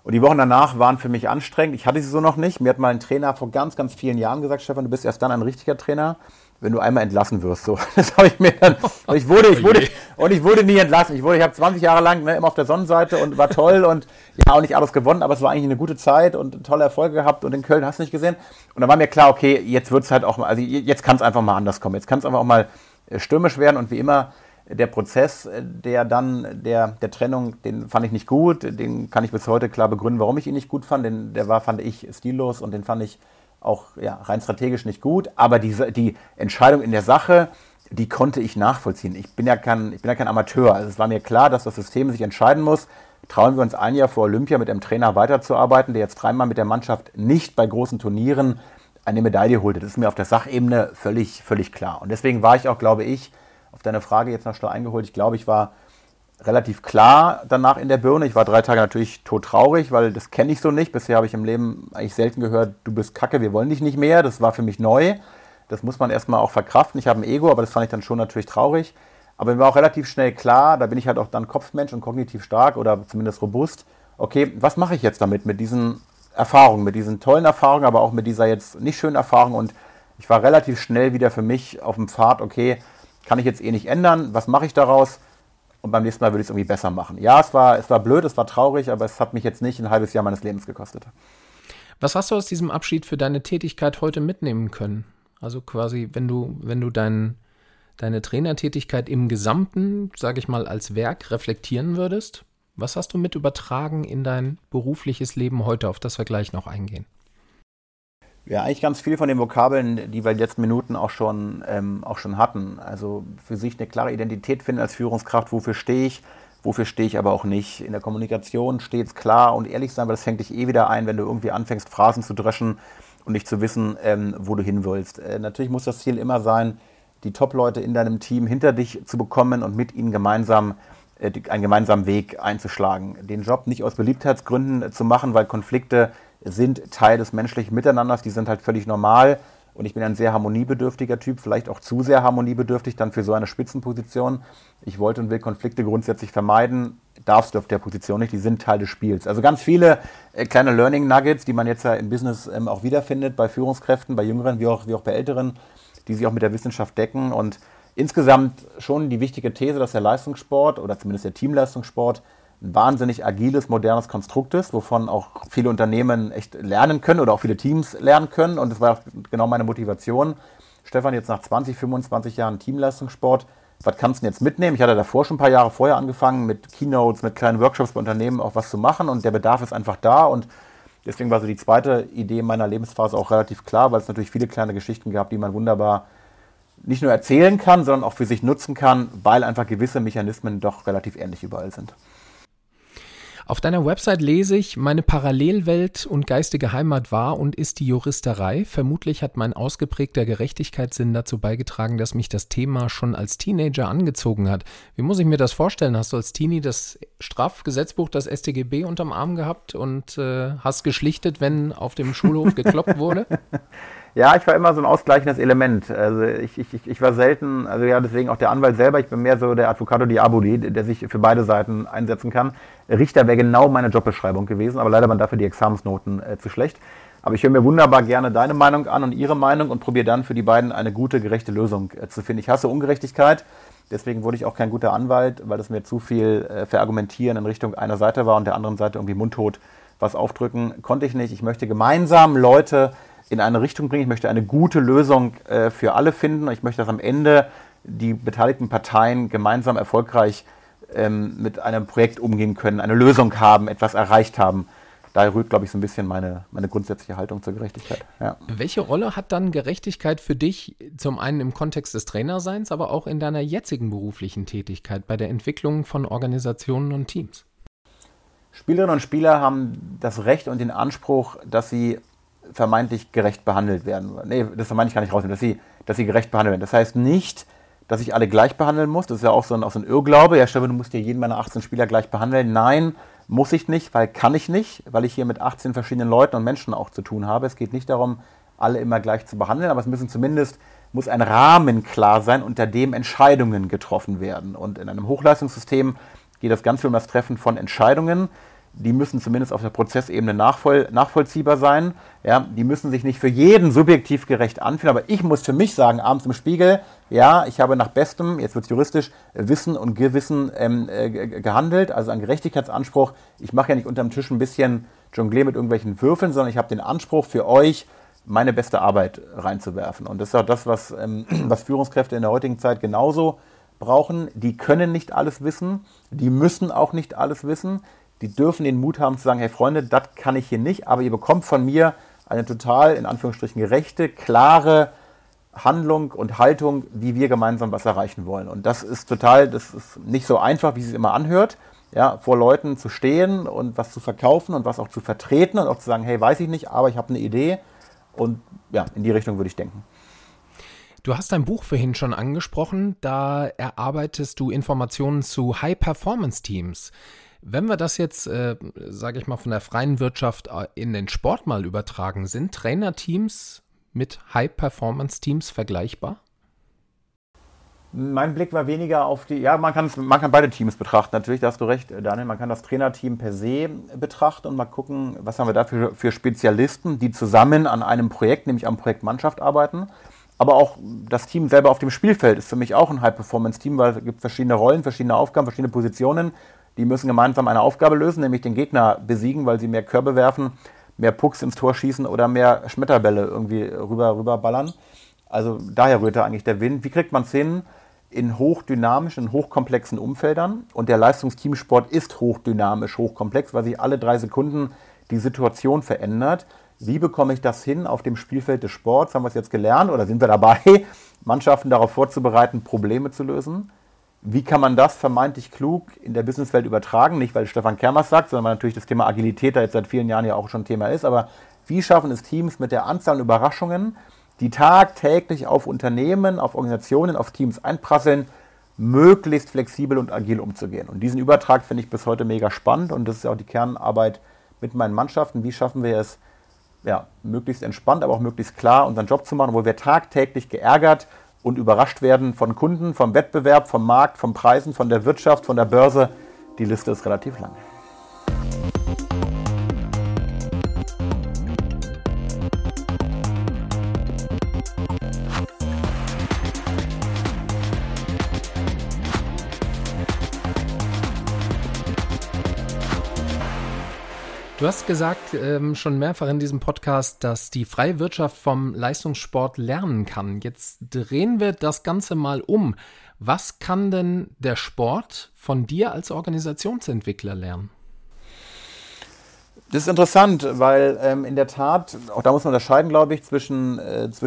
Und die Wochen danach waren für mich anstrengend. Ich hatte sie so noch nicht. Mir hat mal ein Trainer vor ganz, ganz vielen Jahren gesagt, Stefan, du bist erst dann ein richtiger Trainer, wenn du einmal entlassen wirst. So, das habe ich mir dann. Und ich wurde nie entlassen. Ich habe 20 Jahre lang immer auf der Sonnenseite und war toll und ja, auch nicht alles gewonnen, aber es war eigentlich eine gute Zeit und tolle Erfolge gehabt und in Köln hast du nicht gesehen. Und dann war mir klar, okay, jetzt wird es halt auch mal, also jetzt kann es einfach mal anders kommen. Jetzt kann es einfach auch mal stürmisch werden und wie immer, der Prozess der Trennung, den fand ich nicht gut, den kann ich bis heute klar begründen, warum ich ihn nicht gut fand, denn der war, fand ich, stillos und den fand ich auch rein strategisch nicht gut, aber die Entscheidung in der Sache, die konnte ich nachvollziehen. Ich bin ja kein Amateur, also es war mir klar, dass das System sich entscheiden muss, trauen wir uns ein Jahr vor Olympia mit einem Trainer weiterzuarbeiten, der jetzt 3-mal mit der Mannschaft nicht bei großen Turnieren eine Medaille holte. Das ist mir auf der Sachebene völlig klar. Und deswegen war ich auch, glaube ich, auf deine Frage jetzt noch schnell eingeholt, ich glaube, ich war relativ klar danach in der Birne. Ich war 3 Tage natürlich todtraurig, weil das kenne ich so nicht. Bisher habe ich im Leben eigentlich selten gehört, du bist kacke, wir wollen dich nicht mehr. Das war für mich neu. Das muss man erstmal auch verkraften. Ich habe ein Ego, aber das fand ich dann schon natürlich traurig. Aber mir war auch relativ schnell klar, da bin ich halt auch dann Kopfmensch und kognitiv stark oder zumindest robust. Okay, was mache ich jetzt damit, mit diesen Erfahrungen, mit diesen tollen Erfahrungen, aber auch mit dieser jetzt nicht schönen Erfahrung? Und ich war relativ schnell wieder für mich auf dem Pfad, okay, kann ich jetzt nicht ändern, was mache ich daraus? Und beim nächsten Mal würde ich es irgendwie besser machen. Ja, es war blöd, es war traurig, aber es hat mich jetzt nicht ein halbes Jahr meines Lebens gekostet. Was hast du aus diesem Abschied für deine Tätigkeit heute mitnehmen können? Also quasi, wenn du deine Trainertätigkeit im Gesamten, sage ich mal, als Werk reflektieren würdest, was hast du mit übertragen in dein berufliches Leben heute, auf das wir gleich noch eingehen? Ja, eigentlich ganz viel von den Vokabeln, die wir in den letzten Minuten auch schon hatten. Also für sich eine klare Identität finden als Führungskraft, wofür stehe ich aber auch nicht. In der Kommunikation stets klar und ehrlich sein, weil das fängt dich wieder ein, wenn du irgendwie anfängst, Phrasen zu dreschen und nicht zu wissen, wo du hin willst. Natürlich muss das Ziel immer sein, die Top-Leute in deinem Team hinter dich zu bekommen und mit ihnen gemeinsam einen gemeinsamen Weg einzuschlagen. Den Job nicht aus Beliebtheitsgründen zu machen, weil Konflikte sind Teil des menschlichen Miteinanders, die sind halt völlig normal und ich bin ein sehr harmoniebedürftiger Typ, vielleicht auch zu sehr harmoniebedürftig dann für so eine Spitzenposition. Ich wollte und will Konflikte grundsätzlich vermeiden, darfst du auf der Position nicht, die sind Teil des Spiels. Also ganz viele kleine Learning Nuggets, die man jetzt ja im Business auch wiederfindet, bei Führungskräften, bei Jüngeren wie auch bei Älteren, die sich auch mit der Wissenschaft decken und insgesamt schon die wichtige These, dass der Leistungssport oder zumindest der Teamleistungssport ein wahnsinnig agiles, modernes Konstrukt ist, wovon auch viele Unternehmen echt lernen können oder auch viele Teams lernen können. Und das war auch genau meine Motivation. Stefan, jetzt nach 20, 25 Jahren Teamleistungssport, was kannst du denn jetzt mitnehmen? Ich hatte davor schon ein paar Jahre vorher angefangen, mit Keynotes, mit kleinen Workshops bei Unternehmen auch was zu machen und der Bedarf ist einfach da und deswegen war so die zweite Idee meiner Lebensphase auch relativ klar, weil es natürlich viele kleine Geschichten gab, die man wunderbar nicht nur erzählen kann, sondern auch für sich nutzen kann, weil einfach gewisse Mechanismen doch relativ ähnlich überall sind. Auf deiner Website lese ich, meine Parallelwelt und geistige Heimat war und ist die Juristerei. Vermutlich hat mein ausgeprägter Gerechtigkeitssinn dazu beigetragen, dass mich das Thema schon als Teenager angezogen hat. Wie muss ich mir das vorstellen? Hast du als Teenie das Strafgesetzbuch, das StGB unterm Arm gehabt und hast geschlichtet, wenn auf dem Schulhof gekloppt wurde? Ja, ich war immer so ein ausgleichendes Element. Also ich war selten, also ja, deswegen auch der Anwalt selber, ich bin mehr so der Advocato Diaboli, der sich für beide Seiten einsetzen kann. Richter wäre genau meine Jobbeschreibung gewesen, aber leider waren dafür die Examensnoten zu schlecht. Aber ich höre mir wunderbar gerne deine Meinung an und ihre Meinung und probiere dann für die beiden eine gute, gerechte Lösung zu finden. Ich hasse Ungerechtigkeit, deswegen wurde ich auch kein guter Anwalt, weil es mir zu viel verargumentieren in Richtung einer Seite war und der anderen Seite irgendwie mundtot was aufdrücken konnte ich nicht. Ich möchte gemeinsam Leute in eine Richtung bringen. Ich möchte eine gute Lösung für alle finden. Ich möchte, dass am Ende die beteiligten Parteien gemeinsam erfolgreich mit einem Projekt umgehen können, eine Lösung haben, etwas erreicht haben. Daher rührt, glaube ich, so ein bisschen meine grundsätzliche Haltung zur Gerechtigkeit. Ja. Welche Rolle hat dann Gerechtigkeit für dich, zum einen im Kontext des Trainerseins, aber auch in deiner jetzigen beruflichen Tätigkeit bei der Entwicklung von Organisationen und Teams? Spielerinnen und Spieler haben das Recht und den Anspruch, dass sie vermeintlich gerecht behandelt werden. Nee, das vermeintlich kann ich rausnehmen, dass sie gerecht behandelt werden. Das heißt nicht, dass ich alle gleich behandeln muss. Das ist ja auch so ein Irrglaube. Ja, Stefan, du musst ja jeden meiner 18 Spieler gleich behandeln. Nein, muss ich nicht, kann ich nicht, weil ich hier mit 18 verschiedenen Leuten und Menschen auch zu tun habe. Es geht nicht darum, alle immer gleich zu behandeln, aber muss ein Rahmen klar sein, unter dem Entscheidungen getroffen werden. Und in einem Hochleistungssystem geht es ganz viel um das Treffen von Entscheidungen, die müssen zumindest auf der Prozessebene nachvollziehbar sein. Ja, die müssen sich nicht für jeden subjektiv gerecht anfühlen, aber ich muss für mich sagen, abends im Spiegel, ja, ich habe nach bestem, jetzt wird es juristisch, Wissen und Gewissen gehandelt, also ein Gerechtigkeitsanspruch. Ich mache ja nicht unterm Tisch ein bisschen Jonglier mit irgendwelchen Würfeln, sondern ich habe den Anspruch für euch, meine beste Arbeit reinzuwerfen. Und das ist auch das, was Führungskräfte in der heutigen Zeit genauso brauchen. Die können nicht alles wissen, die müssen auch nicht alles wissen. Die dürfen den Mut haben zu sagen, hey Freunde, das kann ich hier nicht, aber ihr bekommt von mir eine total, in Anführungsstrichen, gerechte, klare Handlung und Haltung, wie wir gemeinsam was erreichen wollen. Und das ist nicht so einfach, wie es sich immer anhört, ja, vor Leuten zu stehen und was zu verkaufen und was auch zu vertreten und auch zu sagen, hey, weiß ich nicht, aber ich habe eine Idee. Und ja, in die Richtung würde ich denken. Du hast dein Buch vorhin schon angesprochen, da erarbeitest du Informationen zu High-Performance-Teams. Wenn wir das jetzt, sage ich mal, von der freien Wirtschaft in den Sport mal übertragen, sind Trainerteams mit High-Performance-Teams vergleichbar? Mein Blick war weniger auf man kann beide Teams betrachten, natürlich, da hast du recht, Daniel, man kann das Trainerteam per se betrachten und mal gucken, was haben wir da für Spezialisten, die zusammen an einem Projekt, nämlich am Projekt Mannschaft arbeiten. Aber auch das Team selber auf dem Spielfeld ist für mich auch ein High-Performance-Team, weil es gibt verschiedene Rollen, verschiedene Aufgaben, verschiedene Positionen. Die müssen gemeinsam eine Aufgabe lösen, nämlich den Gegner besiegen, weil sie mehr Körbe werfen, mehr Pucks ins Tor schießen oder mehr Schmetterbälle irgendwie rüberballern. Also daher rührt da eigentlich der Wind. Wie kriegt man es hin in hochdynamischen, hochkomplexen Umfeldern? Und der Leistungsteamsport ist hochdynamisch, hochkomplex, weil sich alle 3 Sekunden die Situation verändert. Wie bekomme ich das hin auf dem Spielfeld des Sports? Haben wir es jetzt gelernt oder sind wir dabei, Mannschaften darauf vorzubereiten, Probleme zu lösen? Wie kann man das vermeintlich klug in der Businesswelt übertragen? Nicht, weil Stefan Kermers sagt, sondern weil natürlich das Thema Agilität da jetzt seit vielen Jahren ja auch schon Thema ist. Aber wie schaffen es Teams mit der Anzahl an Überraschungen, die tagtäglich auf Unternehmen, auf Organisationen, auf Teams einprasseln, möglichst flexibel und agil umzugehen? Und diesen Übertrag finde ich bis heute mega spannend. Und das ist ja auch die Kernarbeit mit meinen Mannschaften. Wie schaffen wir es, ja, möglichst entspannt, aber auch möglichst klar unseren Job zu machen, wo wir tagtäglich geärgert und überrascht werden von Kunden, vom Wettbewerb, vom Markt, von Preisen, von der Wirtschaft, von der Börse. Die Liste ist relativ lang. Du hast gesagt, schon mehrfach in diesem Podcast, dass die freie Wirtschaft vom Leistungssport lernen kann. Jetzt drehen wir das Ganze mal um. Was kann denn der Sport von dir als Organisationsentwickler lernen? Das ist interessant, weil in der Tat, auch da muss man unterscheiden, glaube ich, zwischen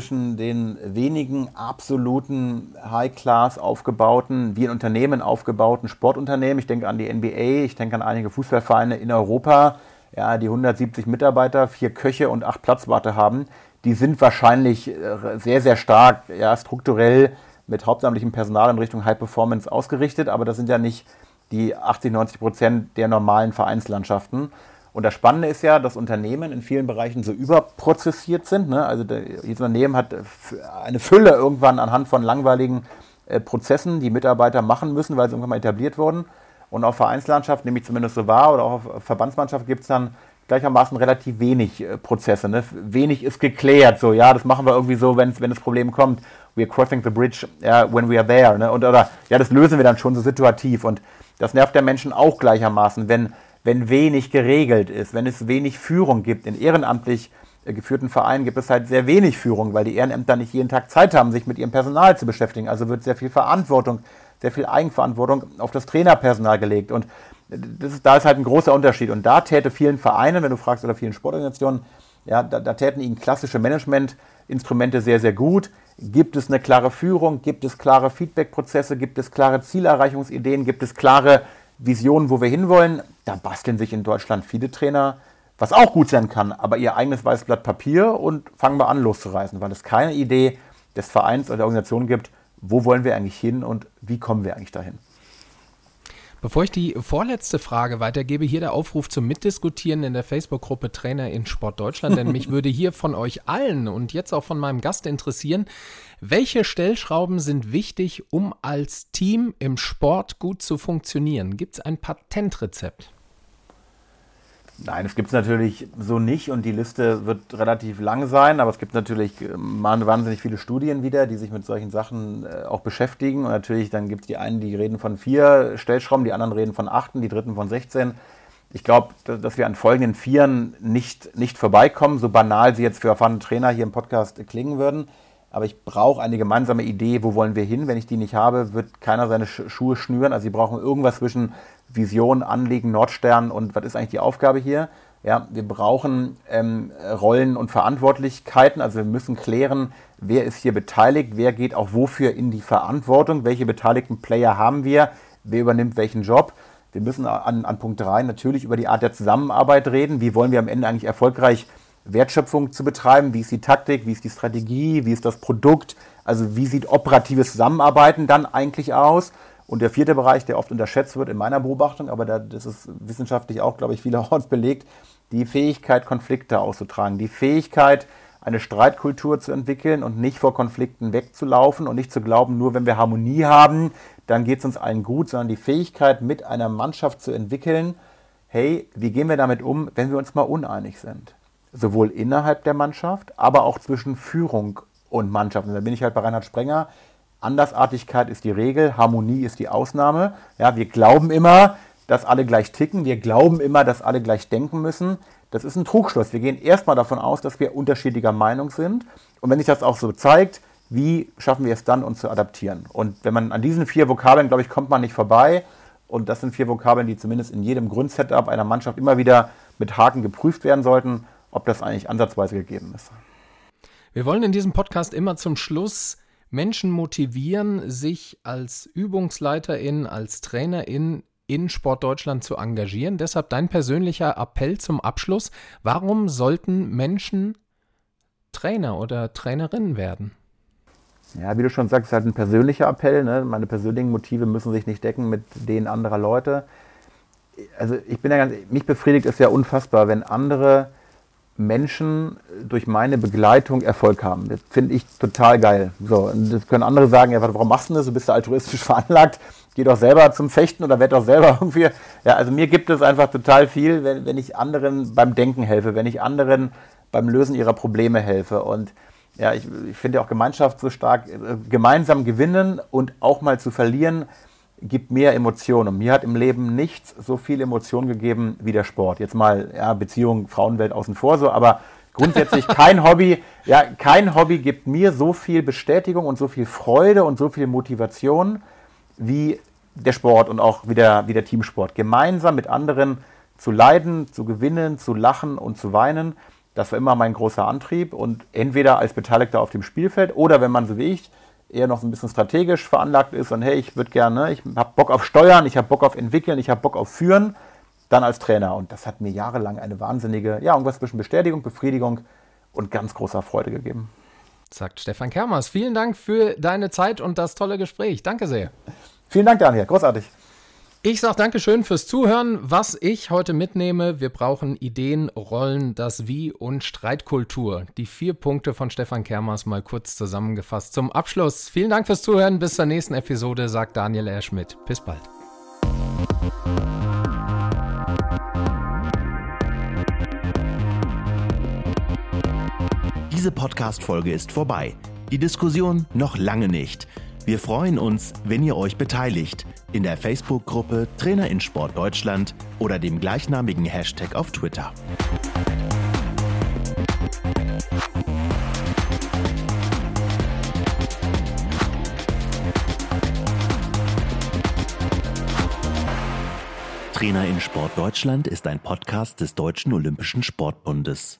den wenigen absoluten High-Class aufgebauten, wie in Unternehmen aufgebauten Sportunternehmen. Ich denke an die NBA, ich denke an einige Fußballvereine in Europa, ja, die 170 Mitarbeiter, 4 Köche und 8 Platzwarte haben. Die sind wahrscheinlich sehr, sehr stark, ja, strukturell mit hauptamtlichem Personal in Richtung High Performance ausgerichtet, aber das sind ja nicht die 80-90% der normalen Vereinslandschaften. Und das Spannende ist ja, dass Unternehmen in vielen Bereichen so überprozessiert sind. Ne? Also jedes Unternehmen hat eine Fülle irgendwann anhand von langweiligen Prozessen, die Mitarbeiter machen müssen, weil sie irgendwann mal etabliert wurden. Und auf Vereinslandschaft, nehme ich zumindest so wahr, oder auch auf Verbandsmannschaft gibt es dann gleichermaßen relativ wenig Prozesse. Ne? Wenig ist geklärt. So, ja, das machen wir irgendwie so, wenn das Problem kommt. We are crossing the bridge when we are there. Ne? Oder das lösen wir dann schon so situativ. Und das nervt der Menschen auch gleichermaßen, wenn wenig geregelt ist, wenn es wenig Führung gibt. In ehrenamtlich geführten Vereinen gibt es halt sehr wenig Führung, weil die Ehrenämter nicht jeden Tag Zeit haben, sich mit ihrem Personal zu beschäftigen. Also wird sehr viel Verantwortung, sehr viel Eigenverantwortung auf das Trainerpersonal gelegt. Und da ist halt ein großer Unterschied. Und da täte vielen Vereinen, wenn du fragst, oder vielen Sportorganisationen, ja, da täten ihnen klassische Managementinstrumente sehr, sehr gut. Gibt es eine klare Führung? Gibt es klare Feedbackprozesse? Gibt es klare Zielerreichungsideen? Gibt es klare Visionen, wo wir hinwollen? Da basteln sich in Deutschland viele Trainer, was auch gut sein kann, aber ihr eigenes weißes Blatt Papier und fangen wir an loszureißen, weil es keine Idee des Vereins oder der Organisation gibt, wo wollen wir eigentlich hin und wie kommen wir eigentlich dahin. Bevor ich die vorletzte Frage weitergebe, hier der Aufruf zum Mitdiskutieren in der Facebook-Gruppe Trainer in Sport Deutschland, denn mich würde hier von euch allen und jetzt auch von meinem Gast interessieren, welche Stellschrauben sind wichtig, um als Team im Sport gut zu funktionieren? Gibt es ein Patentrezept? Nein, es gibt es natürlich so nicht und die Liste wird relativ lang sein, aber es gibt natürlich wahnsinnig viele Studien wieder, die sich mit solchen Sachen auch beschäftigen und natürlich dann gibt es die einen, die reden von 4 Stellschrauben, die anderen reden von 8, die dritten von 16. Ich glaube, dass wir an folgenden 4 nicht vorbeikommen, so banal sie jetzt für erfahrene Trainer hier im Podcast klingen würden. Aber ich brauche eine gemeinsame Idee, wo wollen wir hin. Wenn ich die nicht habe, wird keiner seine Schuhe schnüren. Also sie brauchen irgendwas zwischen Vision, Anliegen, Nordstern und was ist eigentlich die Aufgabe hier. Ja, wir brauchen Rollen und Verantwortlichkeiten. Also wir müssen klären, wer ist hier beteiligt, wer geht auch wofür in die Verantwortung, welche beteiligten Player haben wir, wer übernimmt welchen Job. Wir müssen an Punkt 3 natürlich über die Art der Zusammenarbeit reden. Wie wollen wir am Ende eigentlich erfolgreich Wertschöpfung zu betreiben? Wie ist die Taktik? Wie ist die Strategie? Wie ist das Produkt? Also wie sieht operatives Zusammenarbeiten dann eigentlich aus? Und der 4. Bereich, der oft unterschätzt wird in meiner Beobachtung, aber das ist wissenschaftlich auch, glaube ich, vielerorts belegt, die Fähigkeit, Konflikte auszutragen, die Fähigkeit, eine Streitkultur zu entwickeln und nicht vor Konflikten wegzulaufen und nicht zu glauben, nur wenn wir Harmonie haben, dann geht es uns allen gut, sondern die Fähigkeit, mit einer Mannschaft zu entwickeln, hey, wie gehen wir damit um, wenn wir uns mal uneinig sind? Sowohl innerhalb der Mannschaft, aber auch zwischen Führung und Mannschaft. Und da bin ich halt bei Reinhard Sprenger. Andersartigkeit ist die Regel, Harmonie ist die Ausnahme. Ja, wir glauben immer, dass alle gleich ticken. Wir glauben immer, dass alle gleich denken müssen. Das ist ein Trugschluss. Wir gehen erstmal davon aus, dass wir unterschiedlicher Meinung sind. Und wenn sich das auch so zeigt, wie schaffen wir es dann, uns zu adaptieren? Und wenn man an diesen 4 Vokabeln, glaube ich, kommt man nicht vorbei. Und das sind 4 Vokabeln, die zumindest in jedem Grundsetup einer Mannschaft immer wieder mit Haken geprüft werden sollten, ob das eigentlich ansatzweise gegeben ist. Wir wollen in diesem Podcast immer zum Schluss Menschen motivieren, sich als Übungsleiterin, als Trainerin in Sport Deutschland zu engagieren. Deshalb dein persönlicher Appell zum Abschluss. Warum sollten Menschen Trainer oder Trainerinnen werden? Ja, wie du schon sagst, ist halt ein persönlicher Appell. Ne? Meine persönlichen Motive müssen sich nicht decken mit denen anderer Leute. Also ich bin ja mich befriedigt es ja unfassbar, wenn andere Menschen durch meine Begleitung Erfolg haben. Das finde ich total geil. So, und das können andere sagen, ja, warum machst du das? Du bist ja altruistisch veranlagt. Geh doch selber zum Fechten oder werd doch selber irgendwie. Ja, also mir gibt es einfach total viel, wenn ich anderen beim Denken helfe, wenn ich anderen beim Lösen ihrer Probleme helfe. Und ja, ich finde auch Gemeinschaft so stark. Gemeinsam gewinnen und auch mal zu verlieren, gibt mehr Emotionen. Und mir hat im Leben nichts so viel Emotionen gegeben wie der Sport. Jetzt mal, ja, Beziehung, Frauenwelt außen vor so, aber grundsätzlich kein Hobby gibt mir so viel Bestätigung und so viel Freude und so viel Motivation wie der Sport und auch wie der Teamsport. Gemeinsam mit anderen zu leiden, zu gewinnen, zu lachen und zu weinen, das war immer mein großer Antrieb und entweder als Beteiligter auf dem Spielfeld oder wenn man so wie ich eher noch so ein bisschen strategisch veranlagt ist und hey, ich würde gerne, ich habe Bock auf Steuern, ich habe Bock auf Entwickeln, ich habe Bock auf Führen, dann als Trainer. Und das hat mir jahrelang eine wahnsinnige, ja, irgendwas zwischen Bestätigung, Befriedigung und ganz großer Freude gegeben. Sagt Stefan Kermers. Vielen Dank für deine Zeit und das tolle Gespräch. Danke sehr. Vielen Dank, Daniel. Großartig. Ich sage Dankeschön fürs Zuhören. Was ich heute mitnehme, wir brauchen Ideen, Rollen, das Wie und Streitkultur. Die 4 Punkte von Stefan Kermers mal kurz zusammengefasst zum Abschluss. Vielen Dank fürs Zuhören. Bis zur nächsten Episode, sagt Daniel R. Schmidt. Bis bald. Diese Podcast-Folge ist vorbei. Die Diskussion noch lange nicht. Wir freuen uns, wenn ihr euch beteiligt in der Facebook-Gruppe Trainer in Sport Deutschland oder dem gleichnamigen Hashtag auf Twitter. Trainer in Sport Deutschland ist ein Podcast des Deutschen Olympischen Sportbundes.